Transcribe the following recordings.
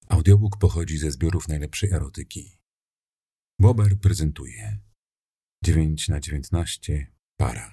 Audiobook pochodzi ze zbiorów najlepszej erotyki. Bober prezentuje 9/19 para.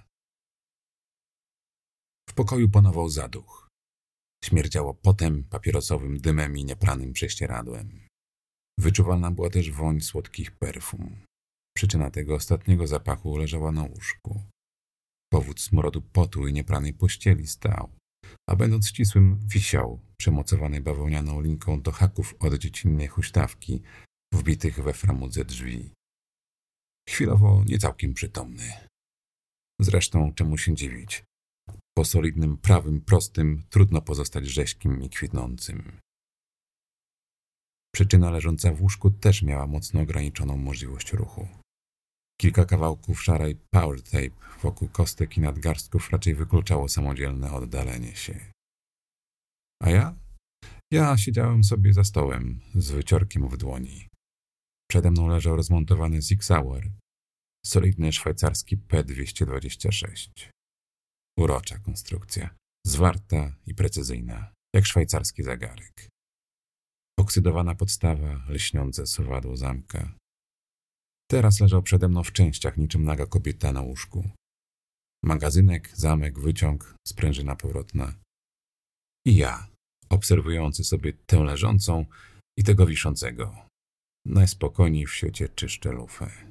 W pokoju panował zaduch. Śmierdziało potem, papierosowym dymem i niepranym prześcieradłem. Wyczuwalna była też woń słodkich perfum. Przyczyna tego ostatniego zapachu leżała na łóżku. Powód smrodu potu i niepranej pościeli stał, a będąc ścisłym, wisiał, przemocowany bawełnianą linką do haków od dziecinnej huśtawki, wbitych we framudze drzwi. Chwilowo niecałkiem przytomny. Zresztą czemu się dziwić? Po solidnym, prawym, prostym trudno pozostać rześkim i kwitnącym. Przyczyna leżąca w łóżku też miała mocno ograniczoną możliwość ruchu. Kilka kawałków szarej power tape wokół kostek i nadgarstków raczej wykluczało samodzielne oddalenie się. A ja? Ja siedziałem sobie za stołem z wyciorkiem w dłoni. Przede mną leżał rozmontowany Sig Sauer, solidny szwajcarski P226. Urocza konstrukcja, zwarta i precyzyjna, jak szwajcarski zegarek. Oksydowana podstawa, lśniące suwadło zamka. Teraz leżał przede mną w częściach niczym naga kobieta na łóżku. Magazynek, zamek, wyciąg, sprężyna powrotna. I ja, obserwujący sobie tę leżącą i tego wiszącego. Najspokojniej w świecie czyszczę lufę.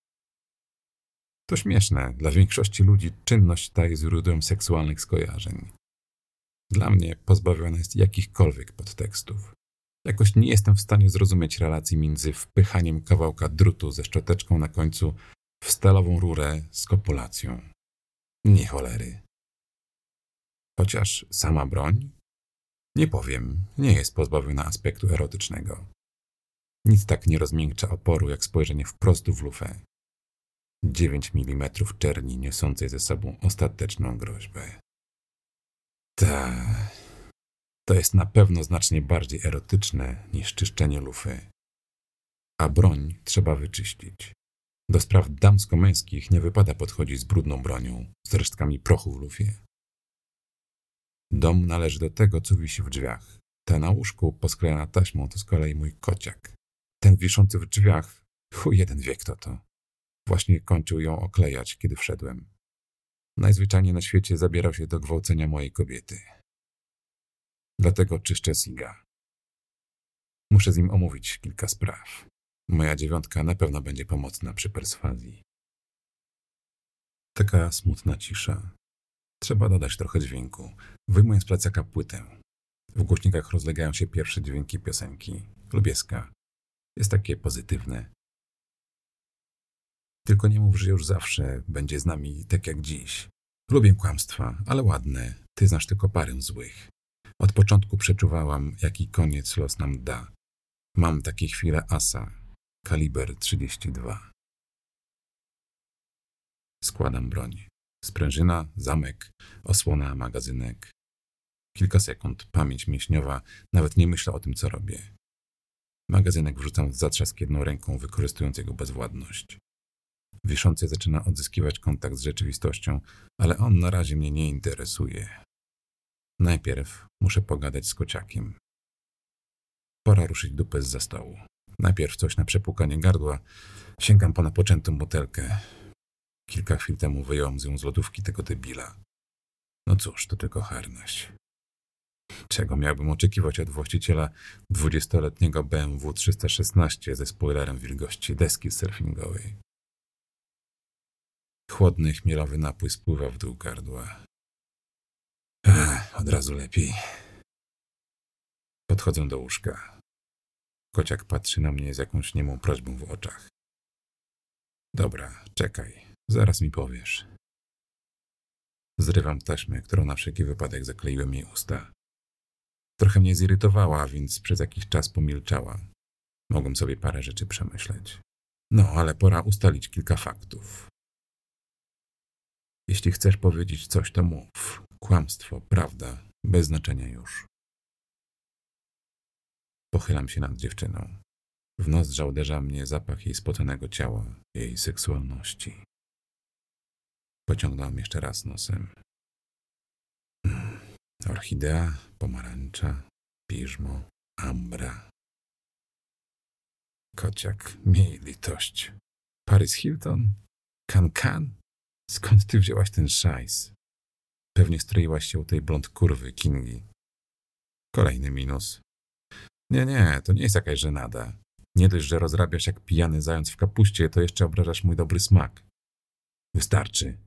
To śmieszne, dla większości ludzi czynność ta jest źródłem seksualnych skojarzeń. Dla mnie pozbawiona jest jakichkolwiek podtekstów. Jakoś nie jestem w stanie zrozumieć relacji między wpychaniem kawałka drutu ze szczoteczką na końcu w stalową rurę z kopulacją. Nie cholery. Chociaż sama broń? Nie powiem, nie jest pozbawiona aspektu erotycznego. Nic tak nie rozmiękcza oporu, jak spojrzenie wprost w lufę. 9 mm czerni niosącej ze sobą ostateczną groźbę. To jest na pewno znacznie bardziej erotyczne niż czyszczenie lufy. A broń trzeba wyczyścić. Do spraw damsko-męskich nie wypada podchodzić z brudną bronią, z resztkami prochu w lufie. Dom należy do tego, co wisi w drzwiach. Ta na łóżku posklejona taśmą to z kolei mój kociak. Ten wiszący w drzwiach, chuj jeden wie kto to. Właśnie kończył ją oklejać, kiedy wszedłem. Najzwyczajniej na świecie zabierał się do gwałcenia mojej kobiety. Dlatego czyszczę Siga. Muszę z nim omówić kilka spraw. Moja 9 na pewno będzie pomocna przy perswazji. Taka smutna cisza. Trzeba dodać trochę dźwięku. Wyjmuję z plecaka płytę. W głośnikach rozlegają się pierwsze dźwięki piosenki. Lubieska. Jest takie pozytywne. Tylko nie mów, że już zawsze będzie z nami tak jak dziś. Lubię kłamstwa, ale ładne. Ty znasz tylko parę złych. Od początku przeczuwałam, jaki koniec los nam da. Mam takie chwile asa. Kaliber 32. Składam broń. Sprężyna, zamek, osłona, magazynek. Kilka sekund, pamięć mięśniowa, nawet nie myślę o tym, co robię. Magazynek wrzucam w zatrzask jedną ręką, wykorzystując jego bezwładność. Wiszący zaczyna odzyskiwać kontakt z rzeczywistością, ale on na razie mnie nie interesuje. Najpierw muszę pogadać z kociakiem. Pora ruszyć dupę zza stołu. Najpierw coś na przepłukanie gardła. Sięgam po napoczętą butelkę. Kilka chwil temu wyjąłem ją z lodówki tego debila. No cóż, to tylko harnaś. Czego miałbym oczekiwać od właściciela 20-letniego BMW 316 ze spoilerem wielkości deski surfingowej? Chłodny, chmielowy napój spływa w dół gardła. Od razu lepiej. Podchodzę do łóżka. Kociak patrzy na mnie z jakąś niemą prośbą w oczach. Dobra, czekaj. Zaraz mi powiesz. Zrywam taśmę, którą na wszelki wypadek zakleiłem jej usta. Trochę mnie zirytowała, więc przez jakiś czas pomilczała. Mogłem sobie parę rzeczy przemyśleć. No, ale pora ustalić kilka faktów. Jeśli chcesz powiedzieć coś, to mów. Kłamstwo, prawda, bez znaczenia już. Pochylam się nad dziewczyną. W nozdrza uderza mnie zapach jej spoconego ciała, jej seksualności. Pociągnąłem jeszcze raz nosem. Orchidea, pomarańcza, piżmo, ambra. Kociak, miej litość. Paris Hilton? Can? Skąd ty wzięłaś ten szajs? Pewnie stroiłaś się u tej blond kurwy Kingi. Kolejny minus. Nie, to nie jest jakaś żenada. Nie dość, że rozrabiasz jak pijany zając w kapuście, to jeszcze obrażasz mój dobry smak. Wystarczy.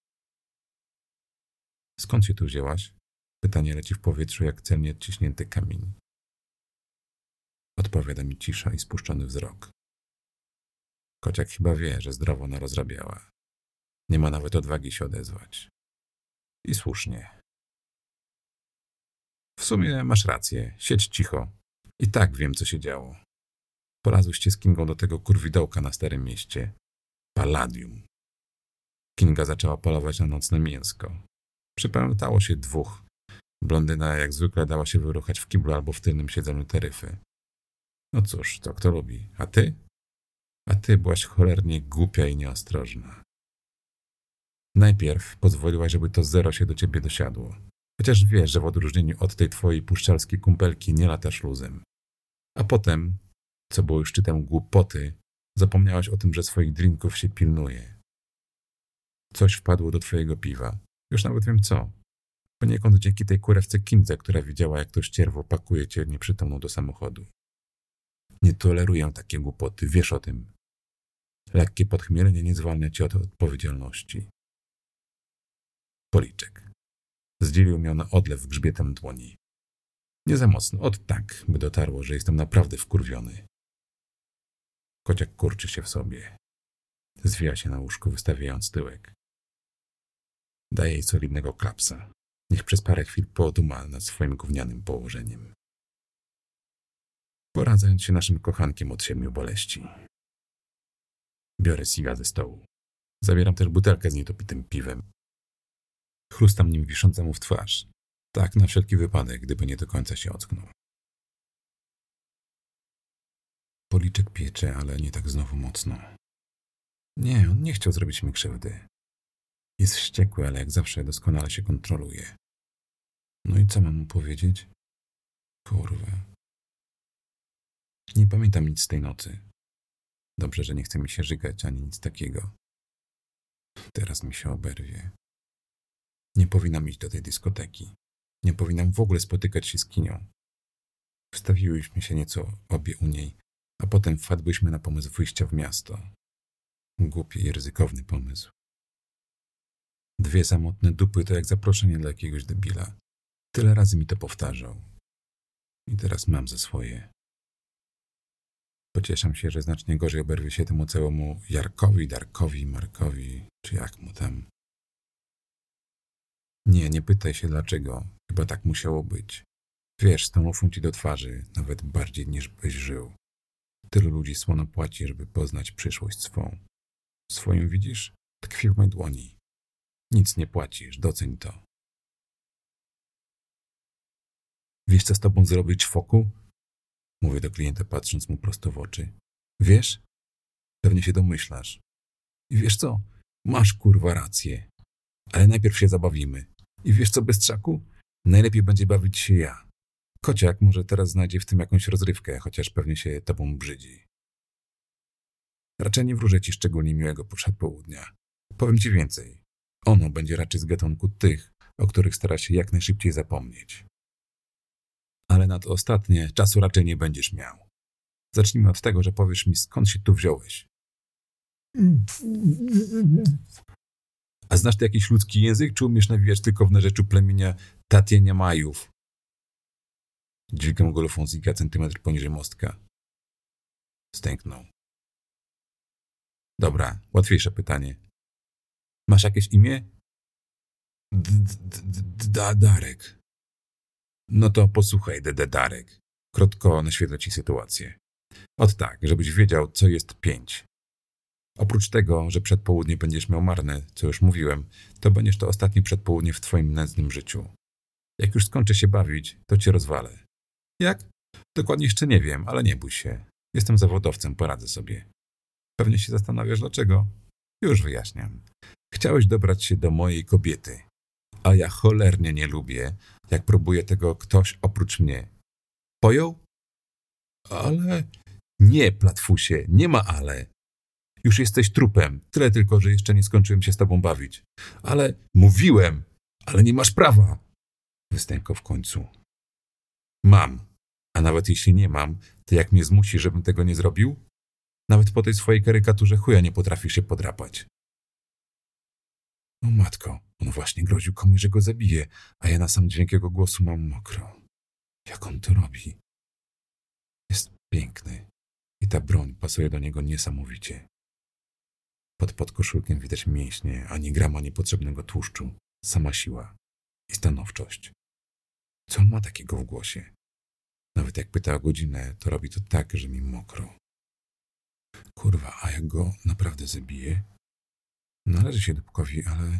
Skąd się tu wzięłaś? Pytanie leci w powietrzu jak celnie odciśnięty kamień. Odpowiada mi cisza i spuszczony wzrok. Kociak chyba wie, że zdrowo narozrabiała. Nie ma nawet odwagi się odezwać. I słusznie. W sumie masz rację, siedź cicho. I tak wiem, co się działo. Polazłyście z Kingą do tego kurwidołka na Starym Mieście. Palladium. Kinga zaczęła polować na nocne mięsko. Przypamiętało się dwóch. Blondyna jak zwykle dała się wyruchać w kiblu albo w tylnym siedzeniu taryfy. No cóż, to kto lubi. A ty? A ty byłaś cholernie głupia i nieostrożna. Najpierw pozwoliłaś, żeby to zero się do ciebie dosiadło. Chociaż wiesz, że w odróżnieniu od tej twojej puszczalskiej kumpelki nie latasz luzem. A potem, co było już szczytem głupoty, zapomniałaś o tym, że swoich drinków się pilnuje. Coś wpadło do twojego piwa. Już nawet wiem co. Poniekąd dzięki tej kurewce Kindze, która widziała, jak to ścierwo pakuje cię nieprzytomną do samochodu. Nie toleruję takie głupoty, wiesz o tym. Lekkie podchmielenie nie zwalnia cię od odpowiedzialności. Policzek. Zdzielił mnie na odlew grzbietem dłoni. Nie za mocno, od tak, by dotarło, że jestem naprawdę wkurwiony. Kociak kurczy się w sobie. Zwija się na łóżku, wystawiając tyłek. Daje jej solidnego klapsa. Niech przez parę chwil poduma nad swoim gównianym położeniem. Poradzając się naszym kochankiem od 7 boleści. Biorę siga ze stołu. Zabieram też butelkę z niedopitym piwem. Chrustam nim wiszącemu w twarz. Tak na wszelki wypadek, gdyby nie do końca się ocknął. Policzek piecze, ale nie tak znowu mocno. Nie, on nie chciał zrobić mi krzywdy. Jest wściekły, ale jak zawsze doskonale się kontroluje. No i co mam mu powiedzieć? Kurwa. Nie pamiętam nic z tej nocy. Dobrze, że nie chce mi się żygać ani nic takiego. Teraz mi się oberwie. Nie powinnam iść do tej dyskoteki. Nie powinnam w ogóle spotykać się z Kinią. Wstawiłyśmy się nieco obie u niej, a potem wpadłyśmy na pomysł wyjścia w miasto. Głupi i ryzykowny pomysł. 2 samotne dupy to jak zaproszenie dla jakiegoś debila. Tyle razy mi to powtarzał. I teraz mam ze swoje. Pocieszam się, że znacznie gorzej oberwie się temu całemu Jarkowi, Darkowi, Markowi, czy jak mu tam. Nie pytaj się dlaczego. Chyba tak musiało być. Wiesz, z tą lufą ci do twarzy, nawet bardziej niż byś żył. Tylu ludzi słono płaci, żeby poznać przyszłość swą. Swoją widzisz? Tkwi w mojej dłoni. Nic nie płacisz, doceń to. Wiesz, co z tobą zrobić, foku? Mówię do klienta, patrząc mu prosto w oczy. Wiesz? Pewnie się domyślasz. I wiesz co? Masz kurwa rację. Ale najpierw się zabawimy. I wiesz co, bystrzaku? Najlepiej będzie bawić się ja. Kociak może teraz znajdzie w tym jakąś rozrywkę, chociaż pewnie się tobą brzydzi. Raczej nie wróżę ci szczególnie miłego przedpołudnia. Powiem ci więcej. Ono będzie raczej z gatunku tych, o których stara się jak najszybciej zapomnieć. Ale na to ostatnie czasu raczej nie będziesz miał. Zacznijmy od tego, że powiesz mi, skąd się tu wziąłeś. A znasz ty jakiś ludzki język, czy umiesz nawijać tylko w narzeczu plemienia Tatienia Majów? Dźwigam go lufą zika centymetr poniżej mostka. Stęknął. Dobra, łatwiejsze pytanie. Masz jakieś imię? Darek. No to posłuchaj, Darek. Krótko naświetlę ci sytuację. Ot tak, żebyś wiedział, co jest 5. Oprócz tego, że przedpołudnie będziesz miał marne, co już mówiłem, to będziesz to ostatnie przedpołudnie w twoim nędznym życiu. Jak już skończę się bawić, to cię rozwalę. Jak? Dokładnie jeszcze nie wiem, ale nie bój się. Jestem zawodowcem, poradzę sobie. Pewnie się zastanawiasz dlaczego? Już wyjaśniam. Chciałeś dobrać się do mojej kobiety, a ja cholernie nie lubię, jak próbuje tego ktoś oprócz mnie. Pojął? Ale Nie, platfusie, nie ma ale. Już jesteś trupem. Tyle tylko, że jeszcze nie skończyłem się z tobą bawić. Ale mówiłem, ale nie masz prawa. Wystękał w końcu. Mam. A nawet jeśli nie mam, to jak mnie zmusi, żebym tego nie zrobił? Nawet po tej swojej karykaturze chuja nie potrafisz się podrapać. O matko, on właśnie groził komuś, że go zabije, a ja na sam dźwięk jego głosu mam mokro. Jak on to robi? Jest piękny i ta broń pasuje do niego niesamowicie. Pod podkoszulkiem widać mięśnie, ani grama niepotrzebnego tłuszczu, sama siła i stanowczość. Co on ma takiego w głosie? Nawet jak pyta o godzinę, to robi to tak, że mi mokro. Kurwa, a jak go naprawdę zabije? Należy się dupkowi, ale...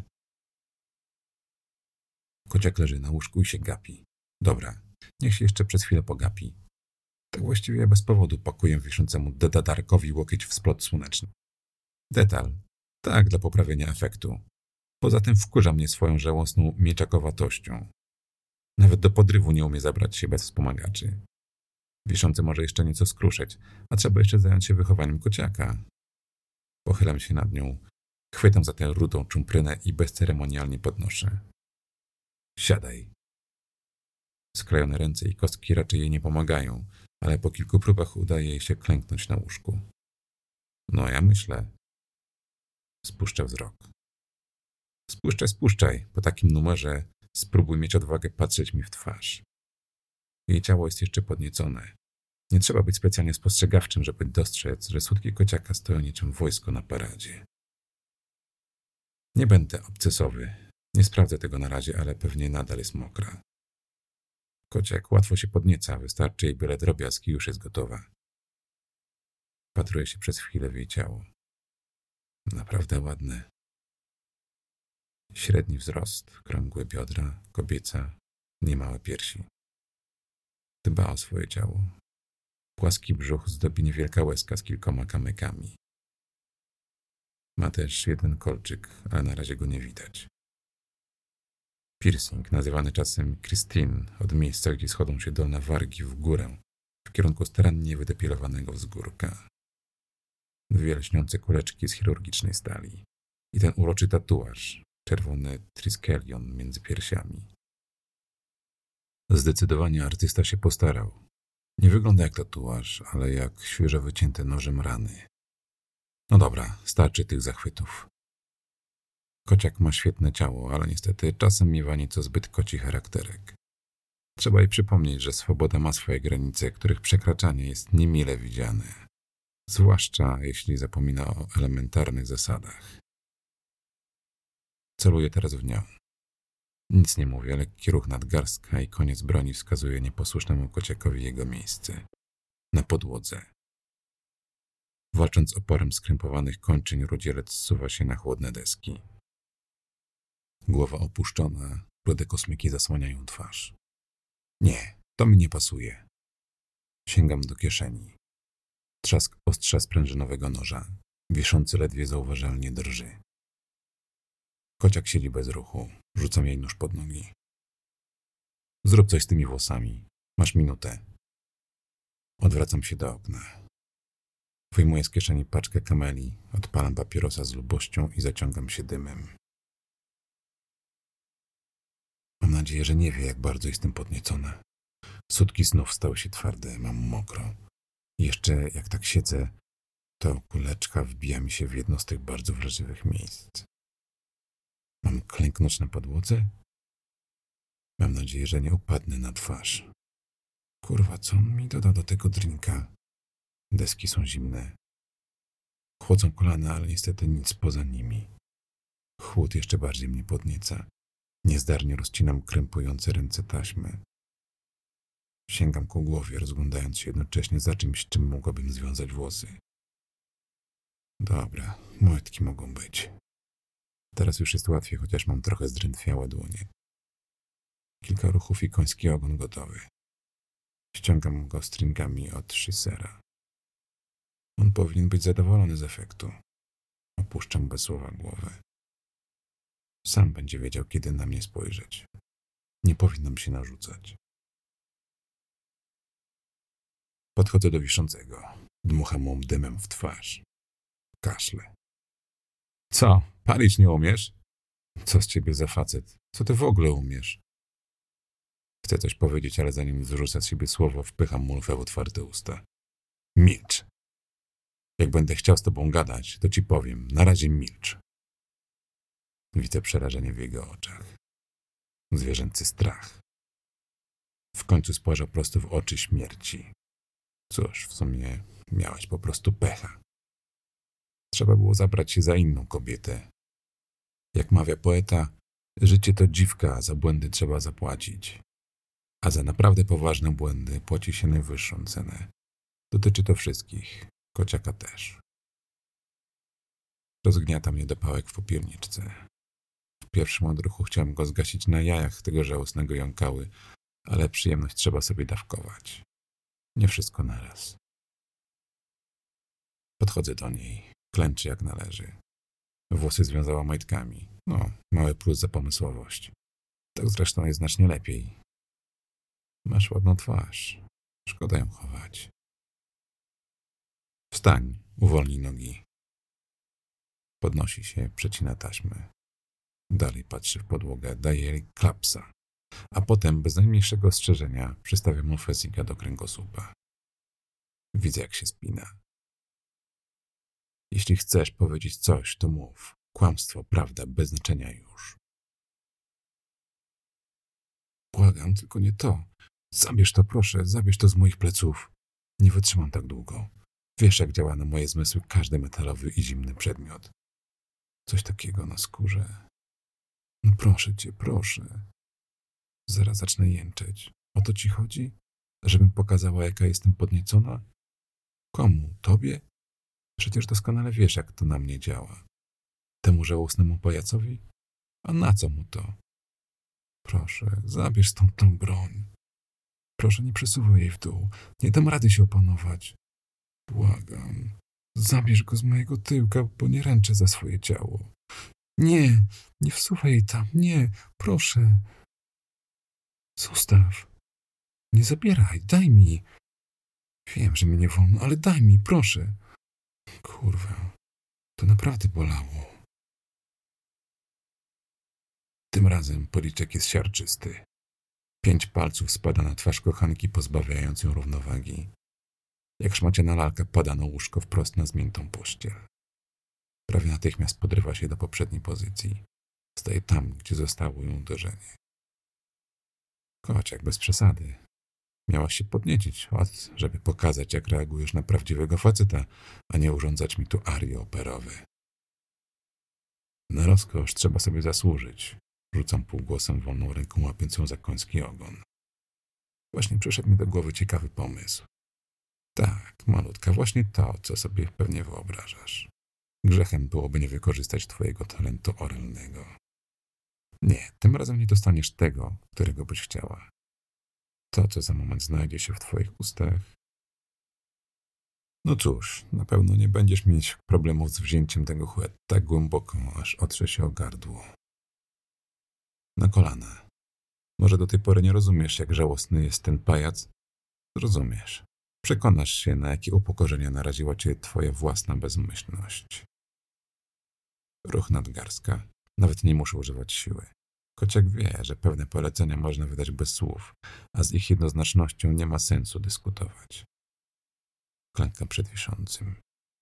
Kociak leży na łóżku i się gapi. Dobra, niech się jeszcze przez chwilę pogapi. Tak właściwie bez powodu pakuję wiszącemu dedadarkowi łokieć w splot słoneczny. Detal. Tak, dla poprawienia efektu. Poza tym wkurza mnie swoją żałosną mieczakowatością. Nawet do podrywu nie umie zabrać się bez wspomagaczy. Wiszący może jeszcze nieco skruszeć, a trzeba jeszcze zająć się wychowaniem kociaka. Pochylam się nad nią, chwytam za tę rudą czumprynę i bezceremonialnie podnoszę. Siadaj. Sklejone ręce i kostki raczej jej nie pomagają, ale po kilku próbach udaje jej się klęknąć na łóżku. No ja myślę. Spuszczę wzrok. Spuszczaj, po takim numerze spróbuj mieć odwagę patrzeć mi w twarz. Jej ciało jest jeszcze podniecone. Nie trzeba być specjalnie spostrzegawczym, żeby dostrzec, że sutki kociaka stoją niczym wojsko na paradzie. Nie będę obcesowy. Nie sprawdzę tego na razie, ale pewnie nadal jest mokra. Kociak łatwo się podnieca, wystarczy jej byle drobiazg i już jest gotowa. Patruję się przez chwilę w jej ciało. Naprawdę ładne. Średni wzrost, krągłe biodra, kobieca, niemałe piersi. Dba o swoje ciało. Płaski brzuch zdobi niewielka łezka z kilkoma kamykami. Ma też jeden kolczyk, ale na razie go nie widać. Piercing, nazywany czasem Christine, od miejsca, gdzie schodzą się dolne wargi w górę, w kierunku starannie wydepilowanego wzgórka. Dwie lśniące kuleczki z chirurgicznej stali i ten uroczy tatuaż, czerwony triskelion między piersiami. Zdecydowanie artysta się postarał. Nie wygląda jak tatuaż, ale jak świeżo wycięte nożem rany. No dobra, starczy tych zachwytów. Kociak ma świetne ciało, ale niestety czasem miewa nieco zbyt koci charakterek. Trzeba jej przypomnieć, że swoboda ma swoje granice, których przekraczanie jest niemile widziane. Zwłaszcza jeśli zapomina o elementarnych zasadach. Celuję teraz w nią. Nic nie mówię, lekki ruch nadgarstka i koniec broni wskazuje nieposłusznemu kociakowi jego miejsce. Na podłodze. Walcząc oporem skrępowanych kończyn, rudzielec zsuwa się na chłodne deski. Głowa opuszczona, rude kosmyki zasłaniają twarz. Nie, to mi nie pasuje. Sięgam do kieszeni. Trzask ostrza sprężynowego noża. Wiszący ledwie zauważalnie drży. Kociak siedzi bez ruchu. Rzucam jej nóż pod nogi. Zrób coś z tymi włosami. Masz minutę. Odwracam się do okna. Wyjmuję z kieszeni paczkę kameli, odpalam papierosa z lubością i zaciągam się dymem. Mam nadzieję, że nie wie, jak bardzo jestem podniecona. Sutki znów stały się twarde, mam mokro. I jeszcze jak tak siedzę, to kuleczka wbija mi się w jedno z tych bardzo wrażliwych miejsc. Mam klęknąć na podłodze? Mam nadzieję, że nie upadnę na twarz. Kurwa, co on mi doda do tego drinka? Deski są zimne. Chłodzą kolana, ale niestety nic poza nimi. Chłód jeszcze bardziej mnie podnieca. Niezdarnie rozcinam krępujące ręce taśmy. Sięgam ku głowie, rozglądając się jednocześnie za czymś, czym mogłabym związać włosy. Dobra, młotki mogą być. Teraz już jest łatwiej, chociaż mam trochę zdrętwiałe dłonie. Kilka ruchów i koński ogon gotowy. Ściągam go stringami od szysera. On powinien być zadowolony z efektu. Opuszczam bez słowa głowę. Sam będzie wiedział, kiedy na mnie spojrzeć. Nie powinnam się narzucać. Podchodzę do wiszącego. Dmucham mu dymem w twarz. Kaszle. Co, palić nie umiesz? Co z ciebie za facet? Co ty w ogóle umiesz? Chcę coś powiedzieć, ale zanim zrzucę z siebie słowo, wpycham mu lufę w otwarte usta. Milcz. Jak będę chciał z tobą gadać, to ci powiem. Na razie milcz. Widzę przerażenie w jego oczach. Zwierzęcy strach. W końcu spojrzał prosto w oczy śmierci. Cóż, w sumie miałeś po prostu pecha. Trzeba było zabrać się za inną kobietę. Jak mawia poeta, życie to dziwka, za błędy trzeba zapłacić. A za naprawdę poważne błędy płaci się najwyższą cenę. Dotyczy to wszystkich, kociaka też. Rozgniata mnie dopałek w popielniczce. W pierwszym odruchu chciałem go zgasić na jajach tego żałosnego jąkały, ale przyjemność trzeba sobie dawkować. Nie wszystko naraz. Podchodzę do niej, klęczy jak należy. Włosy związała majtkami. No, mały plus za pomysłowość. Tak zresztą jest znacznie lepiej. Masz ładną twarz. Szkoda ją chować. Wstań, uwolnij nogi. Podnosi się, przecina taśmę. Dalej patrzy w podłogę, daje jej klapsa. A potem, bez najmniejszego ostrzeżenia, przystawia mu fezika do kręgosłupa. Widzę, jak się spina. Jeśli chcesz powiedzieć coś, to mów. Kłamstwo, prawda, bez znaczenia już. Błagam, tylko nie to. Zabierz to, proszę, zabierz to z moich pleców. Nie wytrzymam tak długo. Wiesz, jak działa na moje zmysły każdy metalowy i zimny przedmiot. Coś takiego na skórze. No proszę cię, proszę. Zaraz zacznę jęczeć. O to ci chodzi? Żebym pokazała, jaka jestem podniecona? Komu? Tobie? Przecież doskonale wiesz, jak to na mnie działa. Temu żałosnemu pajacowi? A na co mu to? Proszę, zabierz stąd tą broń. Proszę, nie przesuwaj jej w dół. Nie dam rady się opanować. Błagam. Zabierz go z mojego tyłka, bo nie ręczę za swoje ciało. Nie, nie wsuwaj jej tam. Nie, proszę. Zostaw. Nie zabieraj, daj mi. Wiem, że mi nie wolno, ale daj mi, proszę. Kurwa, to naprawdę bolało. Tym razem policzek jest siarczysty. 5 palców spada na twarz kochanki, pozbawiając ją równowagi. Jak szmaciana lalka pada na łóżko wprost na zmiętą pościel. Prawie natychmiast podrywa się do poprzedniej pozycji. Staje tam, gdzie zostało ją uderzenie. Kociak, bez przesady. Miałaś się podniecić, żeby pokazać, jak reagujesz na prawdziwego faceta, a nie urządzać mi tu arie operowe. Na rozkosz trzeba sobie zasłużyć. Rzucam półgłosem, wolną ręką łapiąc ją za koński ogon. Właśnie przyszedł mi do głowy ciekawy pomysł. Tak, malutka, właśnie to, co sobie pewnie wyobrażasz. Grzechem byłoby nie wykorzystać twojego talentu oralnego. Nie, tym razem nie dostaniesz tego, którego byś chciała. To, co za moment znajdzie się w twoich ustach. No cóż, na pewno nie będziesz mieć problemów z wzięciem tego chłet tak głęboko, aż otrze się o gardło. Na kolana. Może do tej pory nie rozumiesz, jak żałosny jest ten pajac? Zrozumiesz. Przekonasz się, na jakie upokorzenia naraziła cię twoja własna bezmyślność. Ruch nadgarstka. Nawet nie muszę używać siły. Kociak wie, że pewne polecenia można wydać bez słów, a z ich jednoznacznością nie ma sensu dyskutować. Klękam przed wiszącym.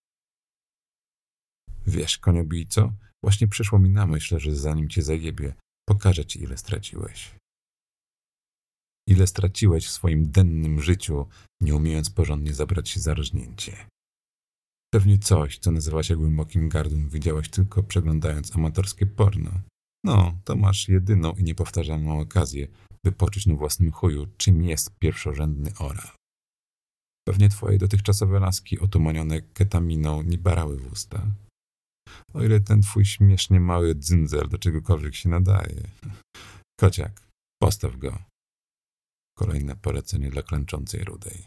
Wiesz, koniobijco, właśnie przyszło mi na myśl, że zanim cię zajebie, pokażę ci, ile straciłeś. Ile straciłeś w swoim dennym życiu, nie umiejąc porządnie zabrać się za rżnięcie. Pewnie coś, co nazywa się głębokim gardłem, widziałeś tylko przeglądając amatorskie porno. No, to masz jedyną i niepowtarzalną okazję, by poczuć na własnym chuju, czym jest pierwszorzędny oral. Pewnie twoje dotychczasowe laski otumanione ketaminą nie barały w usta. O ile ten twój śmiesznie mały dzyndzel do czegokolwiek się nadaje. Kociak, postaw go. Kolejne polecenie dla klęczącej rudej.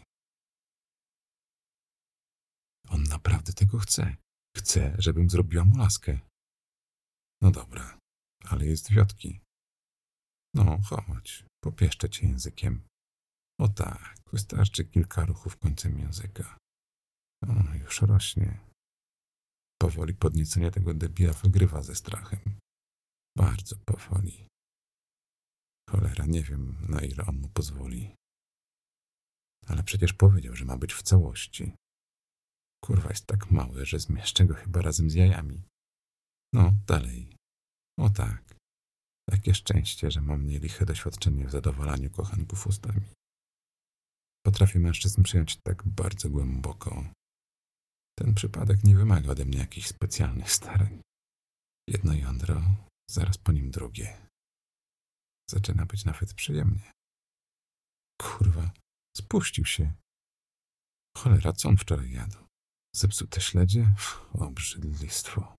On naprawdę tego chce. Chce, żebym zrobiła mu laskę. No dobra, ale jest wiotki. No, chodź, popieszczę cię językiem. O tak, wystarczy kilka ruchów końcem języka. O, już rośnie. Powoli podniecenie tego debila wygrywa ze strachem. Bardzo powoli. Cholera, nie wiem, na ile on mu pozwoli. Ale przecież powiedział, że ma być w całości. Kurwa, jest tak mały, że zmieszczę go chyba razem z jajami. No, dalej. O tak. Jakie szczęście, że mam nieliche doświadczenie w zadowalaniu kochanków ustami. Potrafię mężczyzn przyjąć tak bardzo głęboko. Ten przypadek nie wymaga ode mnie jakichś specjalnych starań. Jedno jądro, zaraz po nim drugie. Zaczyna być nawet przyjemnie. Kurwa, spuścił się. Cholera, co on wczoraj jadł? Zepsute śledzie? Obrzydlistwo.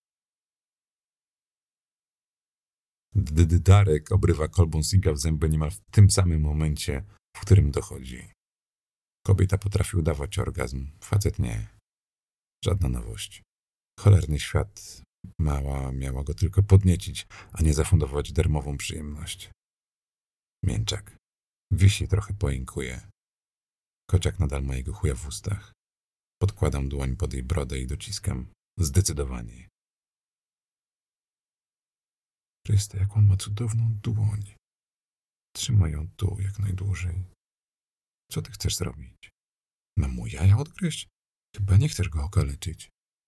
Darek obrywa kolbą Siga w zęby niemal w tym samym momencie, w którym dochodzi. Kobieta potrafi udawać orgazm, facet nie. Żadna nowość. Cholerny świat miała go tylko podniecić, a nie zafundować darmową przyjemność. Mięczak. Wisi, trochę poinkuje. Kociak nadal ma jego chuja w ustach. Podkładam dłoń pod jej brodę i dociskam. Zdecydowanie. Chryste, jak on ma cudowną dłoń. Trzymaj ją tu jak najdłużej. Co ty chcesz zrobić? Mam mu jaja odgryźć? Chyba nie chcesz go okaleczyć.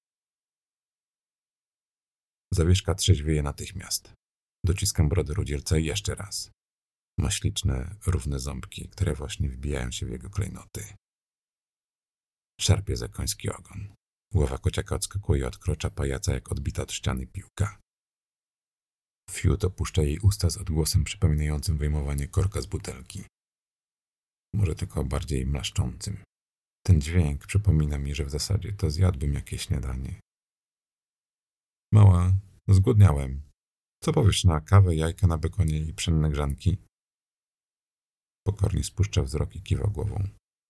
Zawieszka trzeźwieje natychmiast. Dociskam brodę rudzielca jeszcze raz. Ma śliczne, równe ząbki, które właśnie wbijają się w jego klejnoty. Szarpie za koński ogon. Głowa kociaka odskakuje od krocza pajaca jak odbita od ściany piłka. Fiut opuszcza jej usta z odgłosem przypominającym wyjmowanie korka z butelki. Może tylko bardziej mlaszczącym. Ten dźwięk przypomina mi, że w zasadzie to zjadłbym jakieś śniadanie. Mała, zgłodniałem. Co powiesz na kawę, jajka na bekonie i pszenne grzanki? Pokornie spuszcza wzrok i kiwa głową.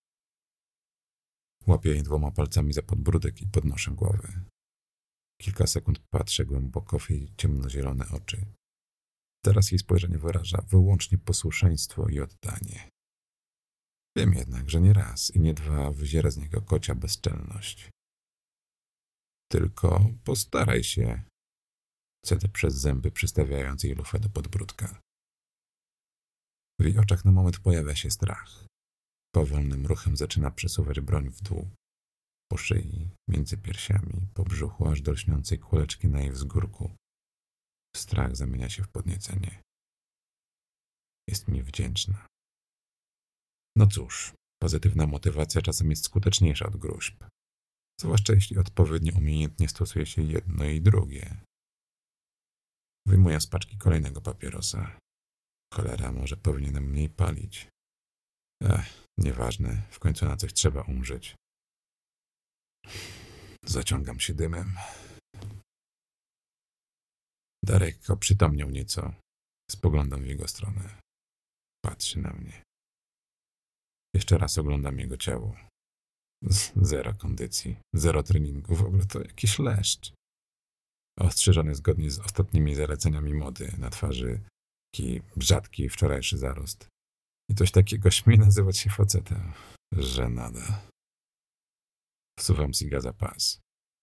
Łapię jej 2 palcami za podbródek i podnoszę głowę. Kilka sekund patrzę głęboko w jej ciemnozielone oczy. Teraz jej spojrzenie wyraża wyłącznie posłuszeństwo i oddanie. Wiem jednak, że nie raz i nie 2 wyziera z niego kocia bezczelność. Tylko postaraj się, cedzę przez zęby, przystawiając jej lufę do podbródka. W jej oczach na moment pojawia się strach. Powolnym ruchem zaczyna przesuwać broń w dół. Po szyi, między piersiami, po brzuchu, aż do lśniącej kuleczki na jej wzgórku. Strach zamienia się w podniecenie. Jest mi wdzięczna. No cóż, pozytywna motywacja czasem jest skuteczniejsza od gruźb. Zwłaszcza jeśli odpowiednio umiejętnie stosuje się jedno i drugie. Wyjmuję z paczki kolejnego papierosa. Cholera, może powinienem mniej palić. Nieważne, w końcu na coś trzeba umrzeć. Zaciągam się dymem. Darek oprzytomniał nieco. Spoglądam w jego stronę. Patrzy na mnie. Jeszcze raz oglądam jego ciało. Zero kondycji, zero treningu, w ogóle to jakiś leszcz. Ostrzyżony zgodnie z ostatnimi zaleceniami mody, na twarzy taki rzadki wczorajszy zarost. I coś takiego śmie nazywać się facetem. Żenada. Wsuwam Siga za pas.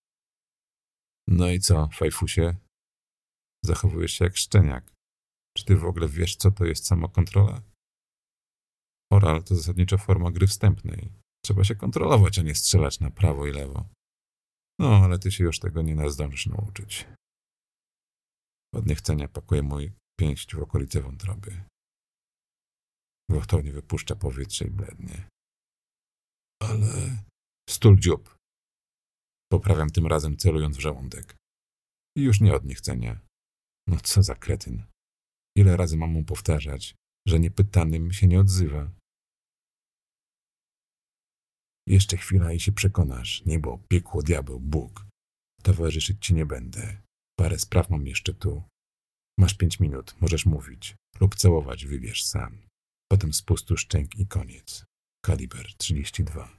No i co, fajfusie? Zachowujesz się jak szczeniak. Czy ty w ogóle wiesz, co to jest samokontrola? Oral to zasadniczo forma gry wstępnej. Trzeba się kontrolować, a nie strzelać na prawo i lewo. No, ale ty się już tego nie zdążysz nauczyć. Od niechcenia pakuje mój pięść w okolice wątroby. Gwałtownie wypuszcza powietrze i blednie. Ale... Stul dziób. Poprawiam tym razem, celując w żołądek. I już nie od niechcenia. No co za kretyn. Ile razy mam mu powtarzać, że niepytanym się nie odzywa. Jeszcze chwila i się przekonasz. Niebo, piekło, diabeł, Bóg. Towarzyszyć ci nie będę. Parę spraw mam jeszcze tu. Masz 5 minut, możesz mówić. Lub całować, wybierz sam. Potem spustu szczęk i koniec. Kaliber 32.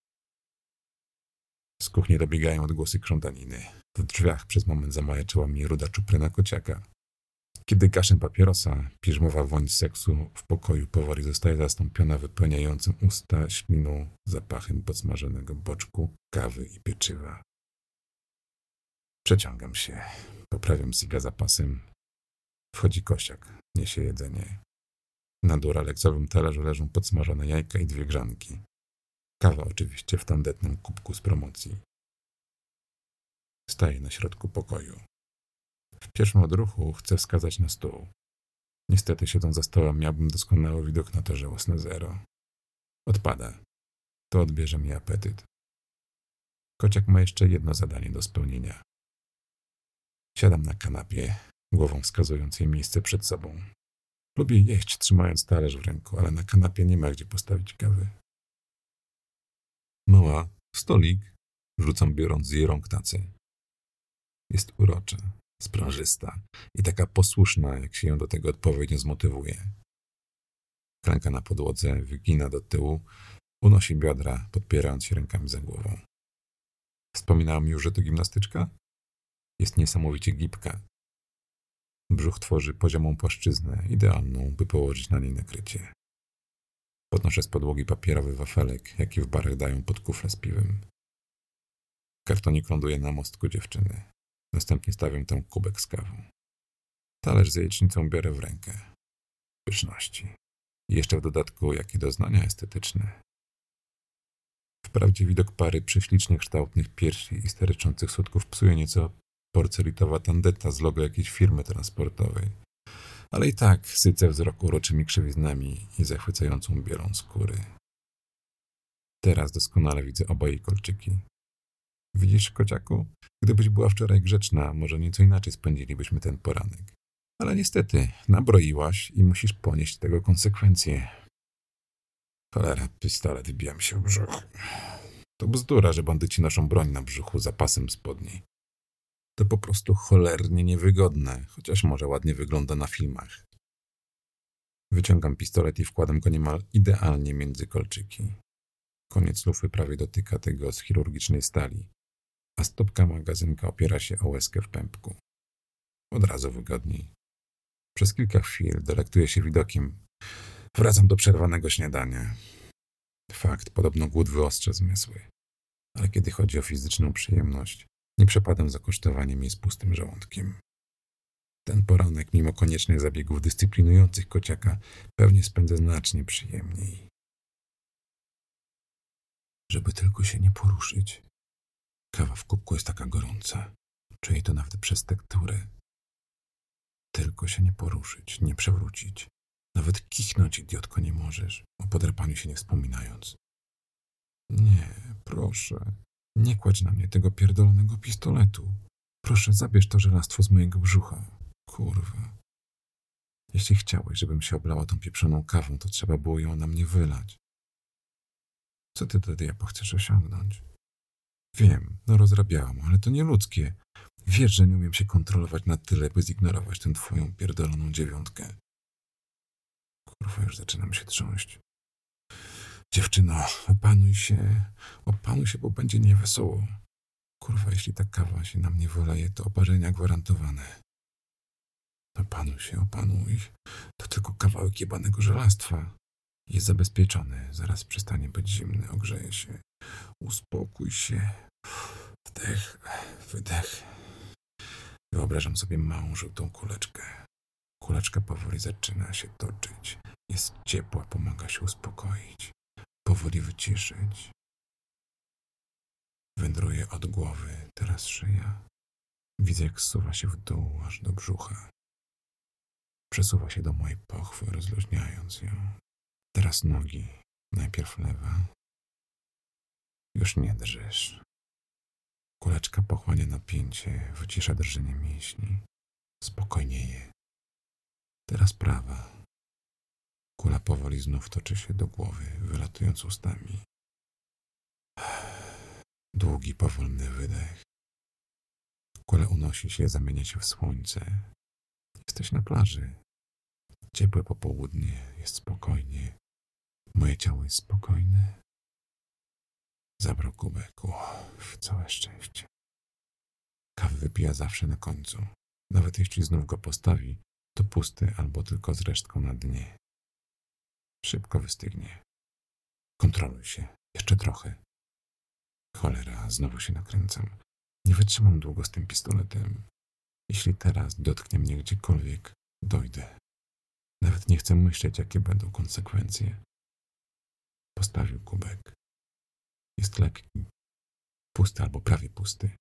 Z kuchni dobiegają odgłosy krzątaniny. W drzwiach przez moment zamajaczyła mi ruda czupryna kociaka. Kiedy gaszę papierosa, piżmowa woń seksu w pokoju powoli zostaje zastąpiona wypełniającym usta śliną zapachem podsmażonego boczku, kawy i pieczywa. Przeciągam się, poprawiam siga zapasem. Wchodzi Kosiak, niesie jedzenie. Na duraleksowym talerzu leżą podsmażone jajka i 2 grzanki. Kawa oczywiście w tandetnym kubku z promocji. Staję na środku pokoju. W pierwszym odruchu chcę wskazać na stół. Niestety, siedząc za stołem, miałbym doskonały widok na to żałosne zero. Odpada. To odbierze mi apetyt. Kociak ma jeszcze jedno zadanie do spełnienia. Siadam na kanapie, głową wskazując jej miejsce przed sobą. Lubię jeść, trzymając talerz w ręku, ale na kanapie nie ma gdzie postawić kawy. Mała, stolik, rzucam, biorąc z jej rąk tacę. Jest urocza, sprężysta i taka posłuszna, jak się ją do tego odpowiednio zmotywuje. Klęka na podłodze, wygina do tyłu, unosi biodra, podpierając się rękami za głową. Wspominałem już, że to gimnastyczka? Jest niesamowicie gibka. Brzuch tworzy poziomą płaszczyznę, idealną, by położyć na niej nakrycie. Podnoszę z podłogi papierowy wafelek, jaki w barach dają pod kufle z piwem. Kartonik ląduje na mostku dziewczyny. Następnie stawiam tam kubek z kawą. Talerz z jajecznicą biorę w rękę. Pyszności. I jeszcze w dodatku jakie doznania estetyczne. Wprawdzie widok pary prześlicznie kształtnych piersi i steryczących sutków psuje nieco porcelitowa tandeta z logo jakiejś firmy transportowej. Ale i tak sycę wzrok uroczymi krzywiznami i zachwycającą bielą skóry. Teraz doskonale widzę oba jej kolczyki. Widzisz, kociaku? Gdybyś była wczoraj grzeczna, może nieco inaczej spędzilibyśmy ten poranek. Ale niestety, nabroiłaś i musisz ponieść tego konsekwencje. Cholera, pistolet wbija mi się w brzuch. To bzdura, że bandyci noszą broń na brzuchu zapasem spodni. To po prostu cholernie niewygodne, chociaż może ładnie wygląda na filmach. Wyciągam pistolet i wkładam go niemal idealnie między kolczyki. Koniec lufy prawie dotyka tego z chirurgicznej stali, a stopka magazynka opiera się o łezkę w pępku. Od razu wygodniej. Przez kilka chwil delektuję się widokiem. Wracam do przerwanego śniadania. Fakt, podobno głód wyostrza zmysły. Ale kiedy chodzi o fizyczną przyjemność, nie przepadam za kosztowaniem jej z pustym żołądkiem. Ten poranek, mimo koniecznych zabiegów dyscyplinujących kociaka, pewnie spędzę znacznie przyjemniej. Żeby tylko się nie poruszyć. Kawa w kubku jest taka gorąca. Czuję to nawet przez tekturę. Tylko się nie poruszyć, nie przewrócić. Nawet kichnąć, idiotko, nie możesz, o podrapaniu się nie wspominając. Nie, proszę, nie kładź na mnie tego pierdolonego pistoletu. Proszę, zabierz to żelastwo z mojego brzucha. Kurwa. Jeśli chciałeś, żebym się oblała tą pieprzoną kawą, to trzeba było ją na mnie wylać. Co ty do diabła chcesz osiągnąć? Wiem, no rozrabiałam, ale to nieludzkie. Wiesz, że nie umiem się kontrolować na tyle, by zignorować tę twoją pierdoloną 9. Kurwa, już zaczynam się trząść. Dziewczyno, opanuj się, bo będzie niewesoło. Kurwa, jeśli ta kawa się na mnie wyleje, to oparzenia gwarantowane. Opanuj. To tylko kawałek jebanego żelastwa. Jest zabezpieczony, zaraz przestanie być zimny, ogrzeje się. Uspokój się. Wdech, wydech. Wyobrażam sobie małą, żółtą kuleczkę. Kuleczka powoli zaczyna się toczyć. Jest ciepła, pomaga się uspokoić. Powoli wyciszyć. Wędruje od głowy, teraz szyja. Widzę, jak zsuwa się w dół, aż do brzucha. Przesuwa się do mojej pochwy, rozluźniając ją. Teraz nogi, najpierw lewa. Już nie drżysz. Kuleczka pochłania napięcie, wycisza drżenie mięśni. Spokojnieje. Teraz prawa. Kula powoli znów toczy się do głowy, wylatując ustami. Długi, powolny wydech. Kula unosi się, zamienia się w słońce. Jesteś na plaży. Ciepłe popołudnie, jest spokojnie. Moje ciało jest spokojne. Zabrał kubek. Całe szczęście. Kawę wypija zawsze na końcu. Nawet jeśli znów go postawi, to pusty albo tylko z resztką na dnie. Szybko wystygnie. Kontroluj się. Jeszcze trochę. Cholera, znowu się nakręcam. Nie wytrzymam długo z tym pistoletem. Jeśli teraz dotknie mnie gdziekolwiek, dojdę. Nawet nie chcę myśleć, jakie będą konsekwencje. Postawił kubek. Jest lekki. Pusty albo prawie pusty.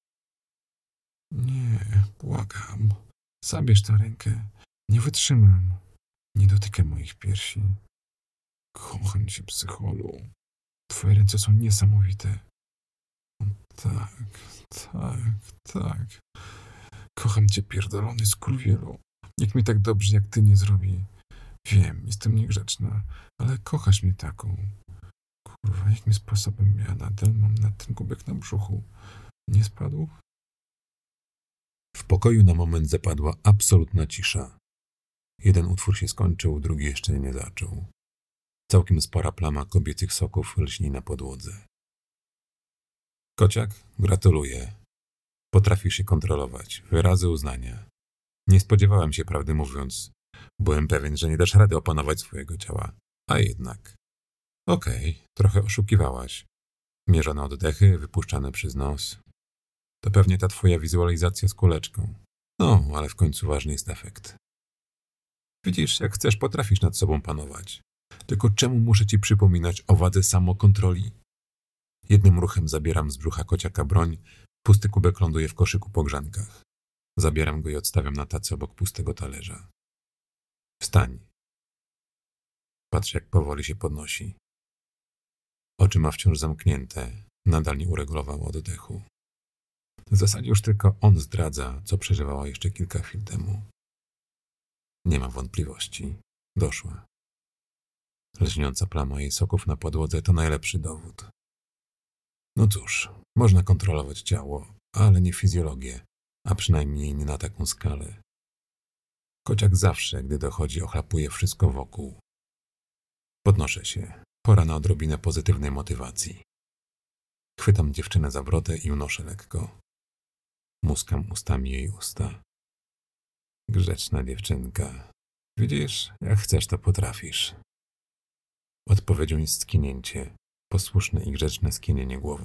Nie, błagam. Zabierz tę rękę. Nie wytrzymam. Nie dotykaj moich piersi. Kocham cię, psycholu. Twoje ręce są niesamowite. Tak, tak, tak. Kocham cię, pierdolony skurwielu. Nikt mi tak dobrze jak ty nie zrobi. Wiem, jestem niegrzeczna, ale kochasz mnie taką. Kurwa, jakim sposobem ja nadal mam na ten kubek na brzuchu? Nie spadł? W pokoju na moment zapadła absolutna cisza. Jeden utwór się skończył, drugi jeszcze nie zaczął. Całkiem spora plama kobiecych soków lśni na podłodze. Kociak, gratuluję. Potrafisz się kontrolować. Wyrazy uznania. Nie spodziewałem się, prawdę mówiąc. Byłem pewien, że nie dasz rady opanować swojego ciała. A jednak. Okej, trochę oszukiwałaś. Mierzone oddechy, wypuszczane przez nos. To pewnie ta twoja wizualizacja z kuleczką. No, ale w końcu ważny jest efekt. Widzisz, jak chcesz, potrafisz nad sobą panować. Tylko czemu muszę ci przypominać o wadze samokontroli? Jednym ruchem zabieram z brzucha kociaka broń, pusty kubek ląduje w koszyku po grzankach. Zabieram go i odstawiam na tacy obok pustego talerza. Wstań. Patrzę, jak powoli się podnosi. Oczy ma wciąż zamknięte, nadal nie uregulował oddechu. W zasadzie już tylko on zdradza, co przeżywała jeszcze kilka chwil temu. Nie ma wątpliwości. Doszła. Lśniąca plama jej soków na podłodze to najlepszy dowód. No cóż, można kontrolować ciało, ale nie fizjologię, a przynajmniej nie na taką skalę. Kociak zawsze, gdy dochodzi, ochlapuje wszystko wokół. Podnoszę się. Pora na odrobinę pozytywnej motywacji. Chwytam dziewczynę za brodę i unoszę lekko. Muskam ustami jej usta. Grzeczna dziewczynka. Widzisz, jak chcesz, to potrafisz. Odpowiedzią jest skinięcie. Posłuszne i grzeczne skinienie głową.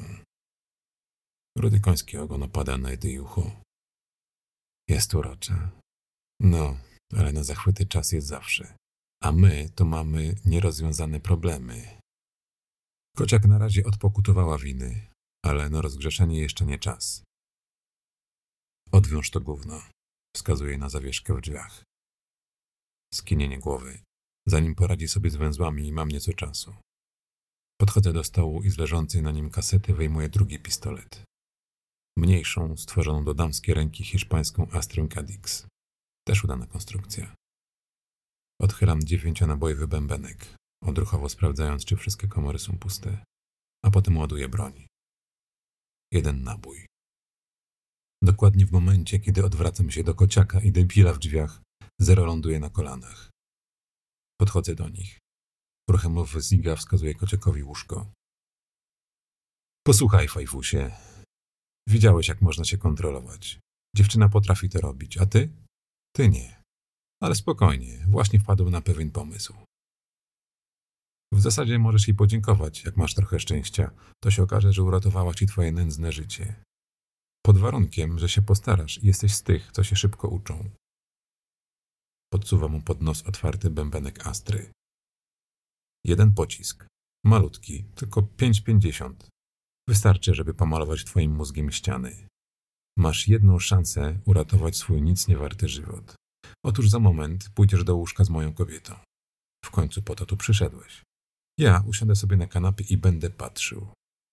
Rudy koński ogon opada na jej ucho. Jest urocza. No, ale na zachwyty czas jest zawsze. A my to mamy nierozwiązane problemy. Kociak na razie odpokutowała winy, ale na rozgrzeszenie jeszcze nie czas. Odwiąż to gówno, wskazuje na zawieszkę w drzwiach. Skinienie głowy. Zanim poradzi sobie z węzłami, mam nieco czasu. Podchodzę do stołu i z leżącej na nim kasety wyjmuję drugi pistolet. Mniejszą, stworzoną do damskiej ręki hiszpańską Astrę Cadix. Też udana konstrukcja. Odchylam 9-nabojowy bębenek, odruchowo sprawdzając, czy wszystkie komory są puste, a potem ładuję broń. 1 nabój. Dokładnie w momencie, kiedy odwracam się do kociaka i debila w drzwiach, 0 ląduje na kolanach. Podchodzę do nich. Ruchem ziga wskazuje kociakowi łóżko. Posłuchaj, fajfusie. Widziałeś, jak można się kontrolować. Dziewczyna potrafi to robić, a ty? Ty nie. Ale spokojnie, właśnie wpadł na pewien pomysł. W zasadzie możesz jej podziękować, jak masz trochę szczęścia. To się okaże, że uratowała ci twoje nędzne życie. Pod warunkiem, że się postarasz i jesteś z tych, co się szybko uczą. Podsuwa mu pod nos otwarty bębenek Astry. 1 pocisk. Malutki, tylko 5,50. Wystarczy, żeby pomalować twoim mózgiem ściany. Masz jedną szansę uratować swój nic niewarty żywot. Otóż za moment pójdziesz do łóżka z moją kobietą. W końcu po to tu przyszedłeś. Ja usiądę sobie na kanapie i będę patrzył.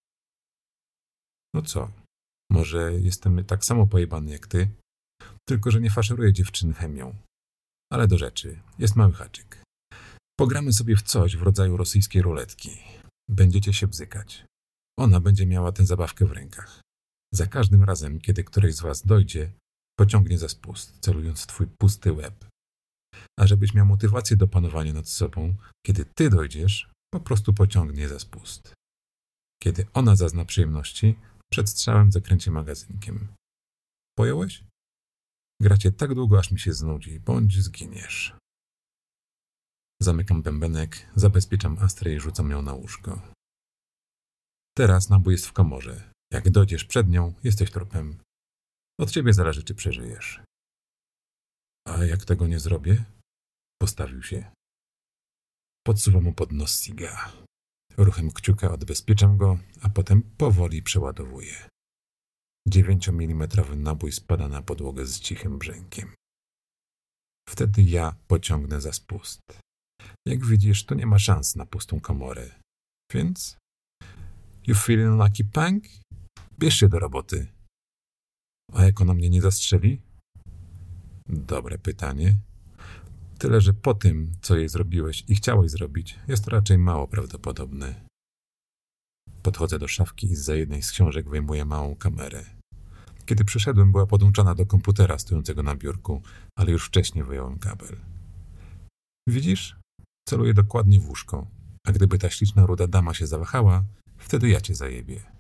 No co? Może jestem tak samo pojebany jak ty? Tylko że nie faszeruję dziewczyn chemią. Ale do rzeczy. Jest mały haczyk. Pogramy sobie w coś w rodzaju rosyjskiej ruletki. Będziecie się bzykać. Ona będzie miała tę zabawkę w rękach. Za każdym razem, kiedy któreś z was dojdzie, pociągnie za spust, celując w twój pusty łeb. A żebyś miał motywację do panowania nad sobą, kiedy ty dojdziesz, po prostu pociągnie za spust. Kiedy ona zazna przyjemności, przed strzałem zakręci magazynkiem. Pojąłeś? Gracie tak długo, aż mi się znudzi, bądź zginiesz. Zamykam bębenek, zabezpieczam Astrę i rzucam ją na łóżko. Teraz nabój jest w komorze. Jak dojdziesz przed nią, jesteś trupem. Od ciebie zależy, czy przeżyjesz. A jak tego nie zrobię? Postawił się. Podsuwam mu pod nos Siga. Ruchem kciuka odbezpieczam go, a potem powoli przeładowuję. 9-milimetrowy nabój spada na podłogę z cichym brzękiem. Wtedy ja pociągnę za spust. Jak widzisz, to nie ma szans na pustą komorę. Więc... You feeling lucky, punk? Bierz się do roboty. A jak ona mnie nie zastrzeli? Dobre pytanie. Tyle, że po tym, co jej zrobiłeś i chciałeś zrobić, jest to raczej mało prawdopodobne. Podchodzę do szafki i zza jednej z książek wyjmuję małą kamerę. Kiedy przyszedłem, była podłączona do komputera stojącego na biurku, ale już wcześniej wyjąłem kabel. Widzisz? Celuję dokładnie w łóżko, a gdyby ta śliczna ruda dama się zawahała, wtedy ja cię zajebię.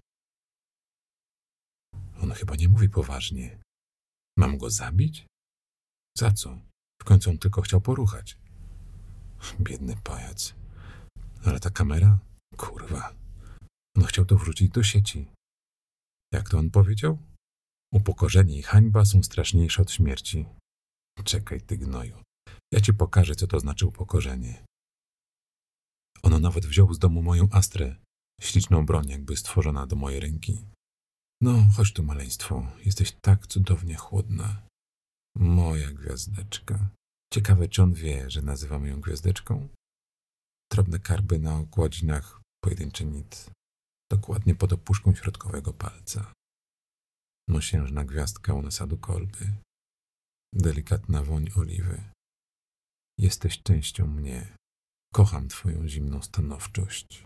On chyba nie mówi poważnie. Mam go zabić? Za co? W końcu on tylko chciał poruchać. Biedny pajac. Ale ta kamera? Kurwa. On chciał to wrzucić do sieci. Jak to on powiedział? Upokorzenie i hańba są straszniejsze od śmierci. Czekaj, ty gnoju. Ja ci pokażę, co to znaczy upokorzenie. On nawet wziął z domu moją Astrę. Śliczną broń, jakby stworzona do mojej ręki. No, chodź tu, maleństwo. Jesteś tak cudownie chłodna. Moja gwiazdeczka. Ciekawe, czy on wie, że nazywamy ją gwiazdeczką? Drobne karby na okładzinach, pojedynczy nit. Dokładnie pod opuszką środkowego palca. Mosiężna gwiazdka u nasadu kolby. Delikatna woń oliwy. Jesteś częścią mnie. Kocham twoją zimną stanowczość.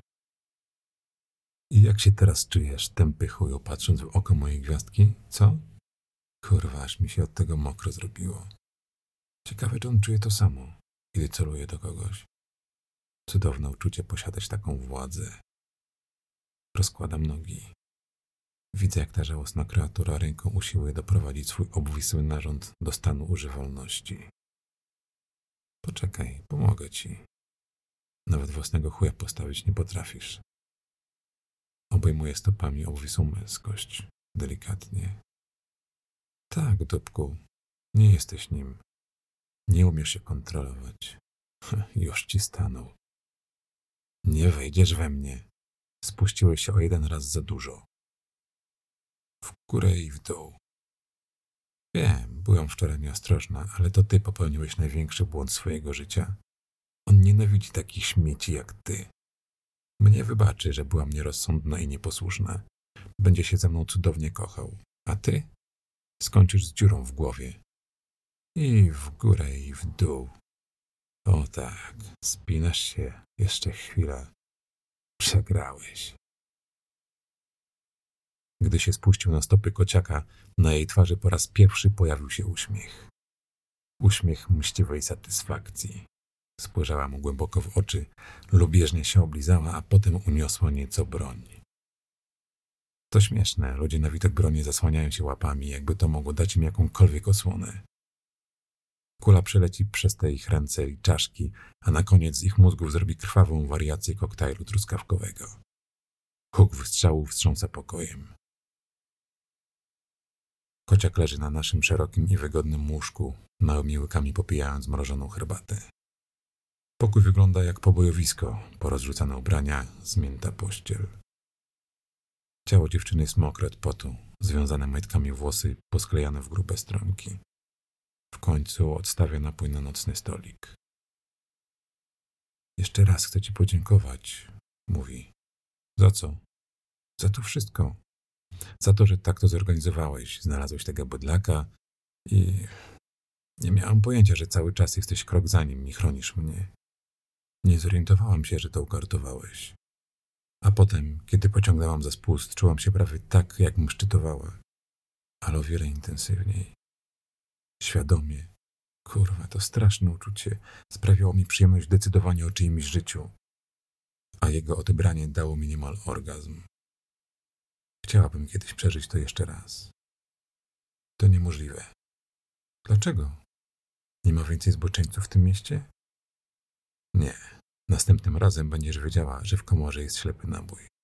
I jak się teraz czujesz, tępy chuju, patrząc w oko mojej gwiazdki? Co? Kurwa, aż mi się od tego mokro zrobiło. Ciekawe, czy on czuje to samo, kiedy celuje do kogoś. Cudowne uczucie posiadać taką władzę. Rozkładam nogi. Widzę, jak ta żałosna kreatura ręką usiłuje doprowadzić swój obwisły narząd do stanu używalności. Poczekaj, pomogę ci. Nawet własnego chuja postawić nie potrafisz. Obejmuję stopami obwisłą męskość. Delikatnie. Tak, dupku. Nie jesteś nim. Nie umiesz się kontrolować. Już ci stanął. Nie wejdziesz we mnie. Spuściłeś się o jeden raz za dużo. W górę i w dół. Wiem, byłam wczoraj nieostrożna, ale to ty popełniłeś największy błąd swojego życia. On nienawidzi takich śmieci jak ty. Mnie wybaczy, że byłam nierozsądna i nieposłuszna. Będzie się ze mną cudownie kochał. A ty? Skończysz z dziurą w głowie. I w górę, i w dół. O tak, spinasz się. Jeszcze chwila. Przegrałeś. Gdy się spuścił na stopy kociaka, na jej twarzy po raz pierwszy pojawił się uśmiech. Uśmiech mściwej satysfakcji. Spojrzała mu głęboko w oczy, lubieżnie się oblizała, a potem uniosła nieco broń. To śmieszne, ludzie na widok broni zasłaniają się łapami, jakby to mogło dać im jakąkolwiek osłonę. Kula przeleci przez te ich ręce i czaszki, a na koniec z ich mózgów zrobi krwawą wariację koktajlu truskawkowego. Huk wystrzału wstrząsa pokojem. Kociak leży na naszym szerokim i wygodnym łóżku, małymi łykami popijając mrożoną herbatę. Pokój wygląda jak pobojowisko, porozrzucane ubrania, zmięta pościel. Ciało dziewczyny jest mokre od potu, związane majtkami włosy posklejane w grube stronki. W końcu odstawia napój na nocny stolik. Jeszcze raz chcę ci podziękować, mówi. Za co? Za to wszystko. Za to, że tak to zorganizowałeś, znalazłeś tego bydlaka i nie miałam pojęcia, że cały czas jesteś krok za nim i chronisz mnie. Nie zorientowałam się, że to ukartowałeś. A potem, kiedy pociągnęłam za spust, czułam się prawie tak, jakbym szczytowała. Ale o wiele intensywniej. Świadomie. Kurwa, to straszne uczucie. Sprawiało mi przyjemność decydowania o czyimś życiu. A jego odebranie dało mi niemal orgazm. Chciałabym kiedyś przeżyć to jeszcze raz. To niemożliwe. Dlaczego? Nie ma więcej zboczeńców w tym mieście? Nie. Następnym razem będziesz wiedziała, że w komorze jest ślepy nabój.